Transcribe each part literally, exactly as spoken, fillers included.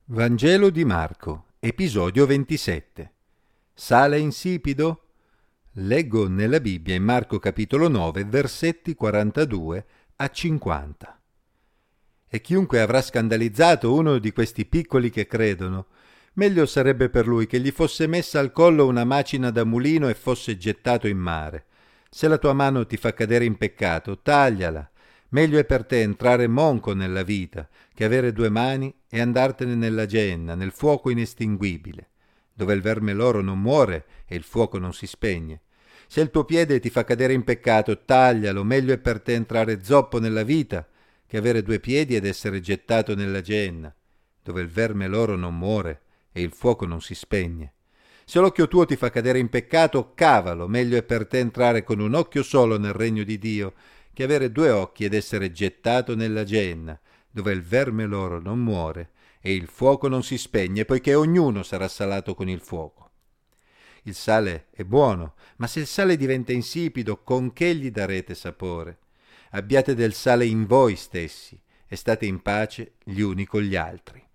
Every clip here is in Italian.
Vangelo di Marco, episodio ventisette. Sale insipido? Leggo nella Bibbia in Marco capitolo nove, versetti quarantadue a cinquanta. E chiunque avrà scandalizzato uno di questi piccoli che credono, meglio sarebbe per lui che gli fosse messa al collo una macina da mulino e fosse gettato in mare. Se la tua mano ti fa cadere in peccato, tagliala. Meglio è per te entrare monco nella vita che avere due mani e andartene nella genna, nel fuoco inestinguibile, dove il verme loro non muore e il fuoco non si spegne. Se il tuo piede ti fa cadere in peccato, taglialo. Meglio è per te entrare zoppo nella vita che avere due piedi ed essere gettato nella genna, dove il verme loro non muore e il fuoco non si spegne. Se l'occhio tuo ti fa cadere in peccato, cavalo. Meglio è per te entrare con un occhio solo nel regno di Dio che avere due occhi ed essere gettato nella genna, dove il verme loro non muore e il fuoco non si spegne, poiché ognuno sarà salato con il fuoco. Il sale è buono, ma se il sale diventa insipido, con che gli darete sapore? Abbiate del sale in voi stessi e state in pace gli uni con gli altri.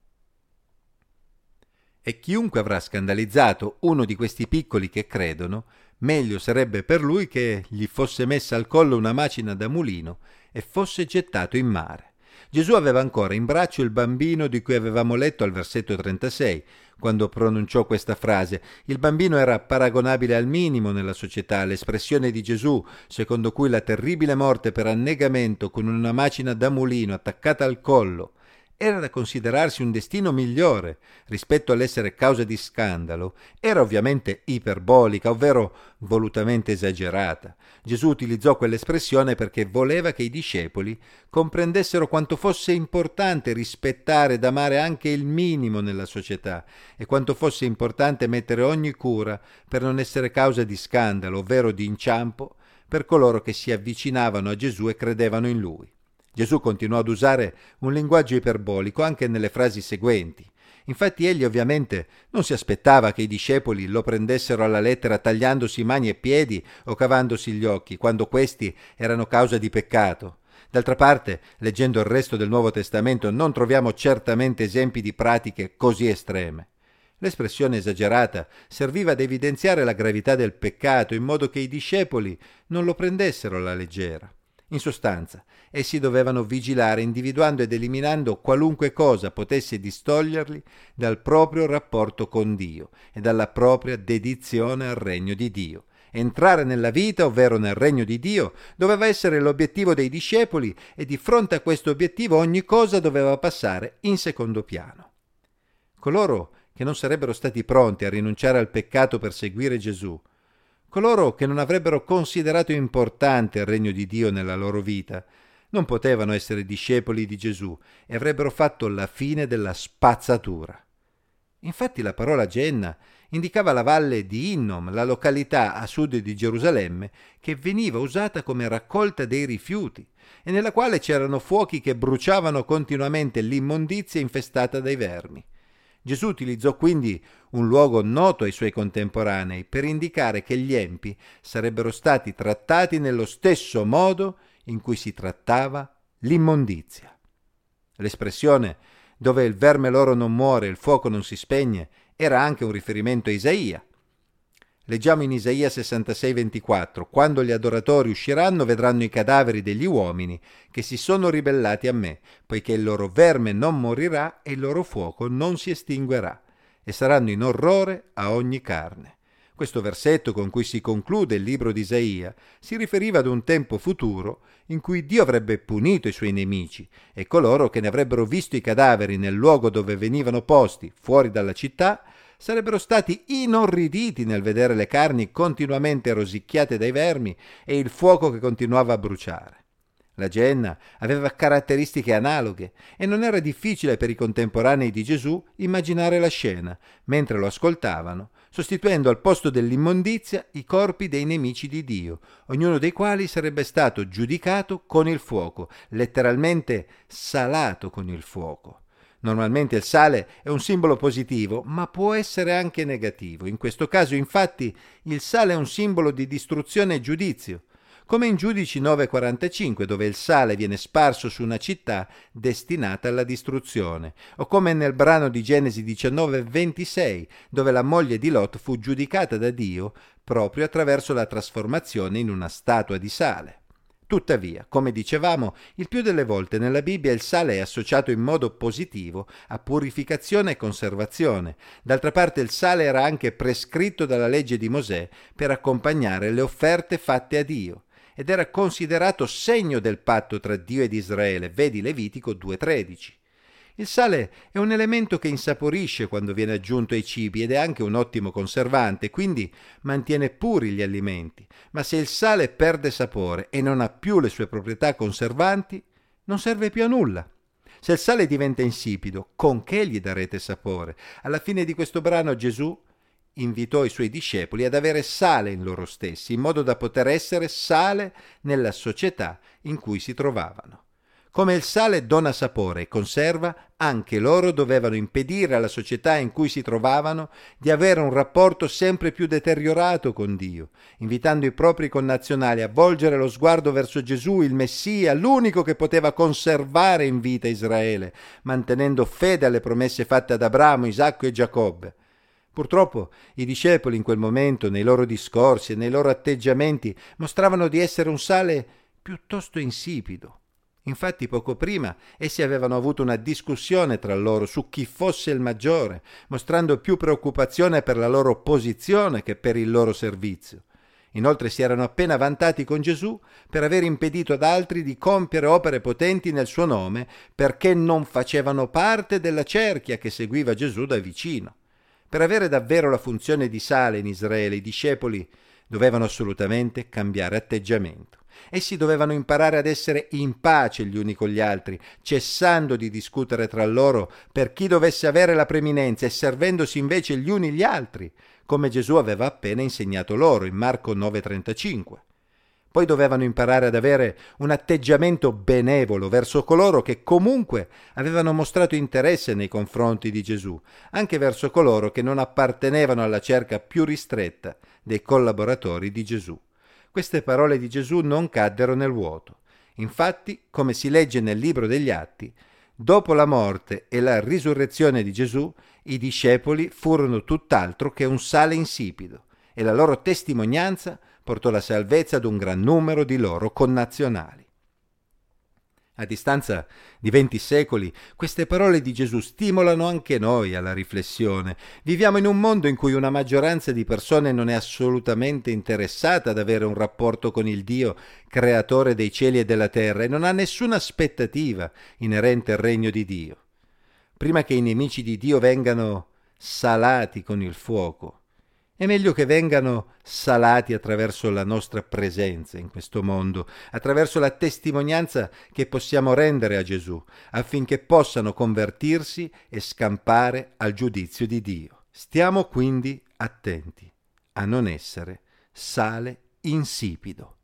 E chiunque avrà scandalizzato uno di questi piccoli che credono, meglio sarebbe per lui che gli fosse messa al collo una macina da mulino e fosse gettato in mare. Gesù aveva ancora in braccio il bambino di cui avevamo letto al versetto trentasei, quando pronunciò questa frase. Il bambino era paragonabile al minimo nella società, l'espressione di Gesù, secondo cui la terribile morte per annegamento con una macina da mulino attaccata al collo era da considerarsi un destino migliore rispetto all'essere causa di scandalo, era ovviamente iperbolica, ovvero volutamente esagerata. Gesù utilizzò quell'espressione perché voleva che i discepoli comprendessero quanto fosse importante rispettare ed amare anche il minimo nella società e quanto fosse importante mettere ogni cura per non essere causa di scandalo, ovvero di inciampo, per coloro che si avvicinavano a Gesù e credevano in Lui. Gesù continuò ad usare un linguaggio iperbolico anche nelle frasi seguenti. Infatti egli ovviamente non si aspettava che i discepoli lo prendessero alla lettera tagliandosi mani e piedi o cavandosi gli occhi, quando questi erano causa di peccato. D'altra parte, leggendo il resto del Nuovo Testamento, non troviamo certamente esempi di pratiche così estreme. L'espressione esagerata serviva ad evidenziare la gravità del peccato in modo che i discepoli non lo prendessero alla leggera. In sostanza, essi dovevano vigilare individuando ed eliminando qualunque cosa potesse distoglierli dal proprio rapporto con Dio e dalla propria dedizione al regno di Dio. Entrare nella vita, ovvero nel regno di Dio, doveva essere l'obiettivo dei discepoli e di fronte a questo obiettivo ogni cosa doveva passare in secondo piano. Coloro che non sarebbero stati pronti a rinunciare al peccato per seguire Gesù, coloro che non avrebbero considerato importante il regno di Dio nella loro vita, non potevano essere discepoli di Gesù e avrebbero fatto la fine della spazzatura. Infatti la parola Genna indicava la valle di Innom, la località a sud di Gerusalemme, che veniva usata come raccolta dei rifiuti e nella quale c'erano fuochi che bruciavano continuamente l'immondizia infestata dai vermi. Gesù utilizzò quindi un luogo noto ai suoi contemporanei per indicare che gli empi sarebbero stati trattati nello stesso modo in cui si trattava l'immondizia. L'espressione dove il verme loro non muore e il fuoco non si spegne era anche un riferimento a Isaia. Leggiamo in Isaia sessantasei ventiquattro: quando gli adoratori usciranno vedranno i cadaveri degli uomini che si sono ribellati a me, poiché il loro verme non morirà e il loro fuoco non si estinguerà, e saranno in orrore a ogni carne. Questo versetto con cui si conclude il libro di Isaia si riferiva ad un tempo futuro in cui Dio avrebbe punito i suoi nemici e coloro che ne avrebbero visto i cadaveri nel luogo dove venivano posti, fuori dalla città, sarebbero stati inorriditi nel vedere le carni continuamente rosicchiate dai vermi e il fuoco che continuava a bruciare. La genna aveva caratteristiche analoghe e non era difficile per i contemporanei di Gesù immaginare la scena mentre lo ascoltavano, sostituendo al posto dell'immondizia i corpi dei nemici di Dio, ognuno dei quali sarebbe stato giudicato con il fuoco, letteralmente salato con il fuoco. Normalmente il sale è un simbolo positivo, ma può essere anche negativo. In questo caso, infatti, il sale è un simbolo di distruzione e giudizio. come in Giudici nove quarantacinque, dove il sale viene sparso su una città destinata alla distruzione, o come nel brano di Genesi diciannove ventisei, dove la moglie di Lot fu giudicata da Dio proprio attraverso la trasformazione in una statua di sale. Tuttavia, come dicevamo, il più delle volte nella Bibbia il sale è associato in modo positivo a purificazione e conservazione. D'altra parte il sale era anche prescritto dalla legge di Mosè per accompagnare le offerte fatte a Dio ed era considerato segno del patto tra Dio ed Israele, vedi Levitico due tredici. Il sale è un elemento che insaporisce quando viene aggiunto ai cibi ed è anche un ottimo conservante, quindi mantiene puri gli alimenti. Ma se il sale perde sapore e non ha più le sue proprietà conservanti, non serve più a nulla. Se il sale diventa insipido, con che gli darete sapore? Alla fine di questo brano Gesù invitò i suoi discepoli ad avere sale in loro stessi, in modo da poter essere sale nella società in cui si trovavano. Come il sale dona sapore e conserva, anche loro dovevano impedire alla società in cui si trovavano di avere un rapporto sempre più deteriorato con Dio, invitando i propri connazionali a volgere lo sguardo verso Gesù, il Messia, l'unico che poteva conservare in vita Israele, mantenendo fede alle promesse fatte ad Abramo, Isacco e Giacobbe. Purtroppo i discepoli in quel momento, nei loro discorsi e nei loro atteggiamenti, mostravano di essere un sale piuttosto insipido. Infatti poco prima essi avevano avuto una discussione tra loro su chi fosse il maggiore, mostrando più preoccupazione per la loro posizione che per il loro servizio. Inoltre si erano appena vantati con Gesù per aver impedito ad altri di compiere opere potenti nel suo nome perché non facevano parte della cerchia che seguiva Gesù da vicino. Per avere davvero la funzione di sale in Israele, i discepoli dovevano assolutamente cambiare atteggiamento. Essi dovevano imparare ad essere in pace gli uni con gli altri, cessando di discutere tra loro per chi dovesse avere la preminenza e servendosi invece gli uni gli altri, come Gesù aveva appena insegnato loro in Marco nove trentacinque. Poi dovevano imparare ad avere un atteggiamento benevolo verso coloro che comunque avevano mostrato interesse nei confronti di Gesù, anche verso coloro che non appartenevano alla cerca più ristretta dei collaboratori di Gesù. Queste parole di Gesù non caddero nel vuoto. Infatti, come si legge nel libro degli Atti, dopo la morte e la risurrezione di Gesù, i discepoli furono tutt'altro che un sale insipido e la loro testimonianza portò la salvezza ad un gran numero di loro connazionali. A distanza di venti secoli, queste parole di Gesù stimolano anche noi alla riflessione. Viviamo in un mondo in cui una maggioranza di persone non è assolutamente interessata ad avere un rapporto con il Dio, creatore dei cieli e della terra, e non ha nessuna aspettativa inerente al regno di Dio. Prima che i nemici di Dio vengano salati con il fuoco, è meglio che vengano salati attraverso la nostra presenza in questo mondo, attraverso la testimonianza che possiamo rendere a Gesù, affinché possano convertirsi e scampare al giudizio di Dio. Stiamo quindi attenti a non essere sale insipido.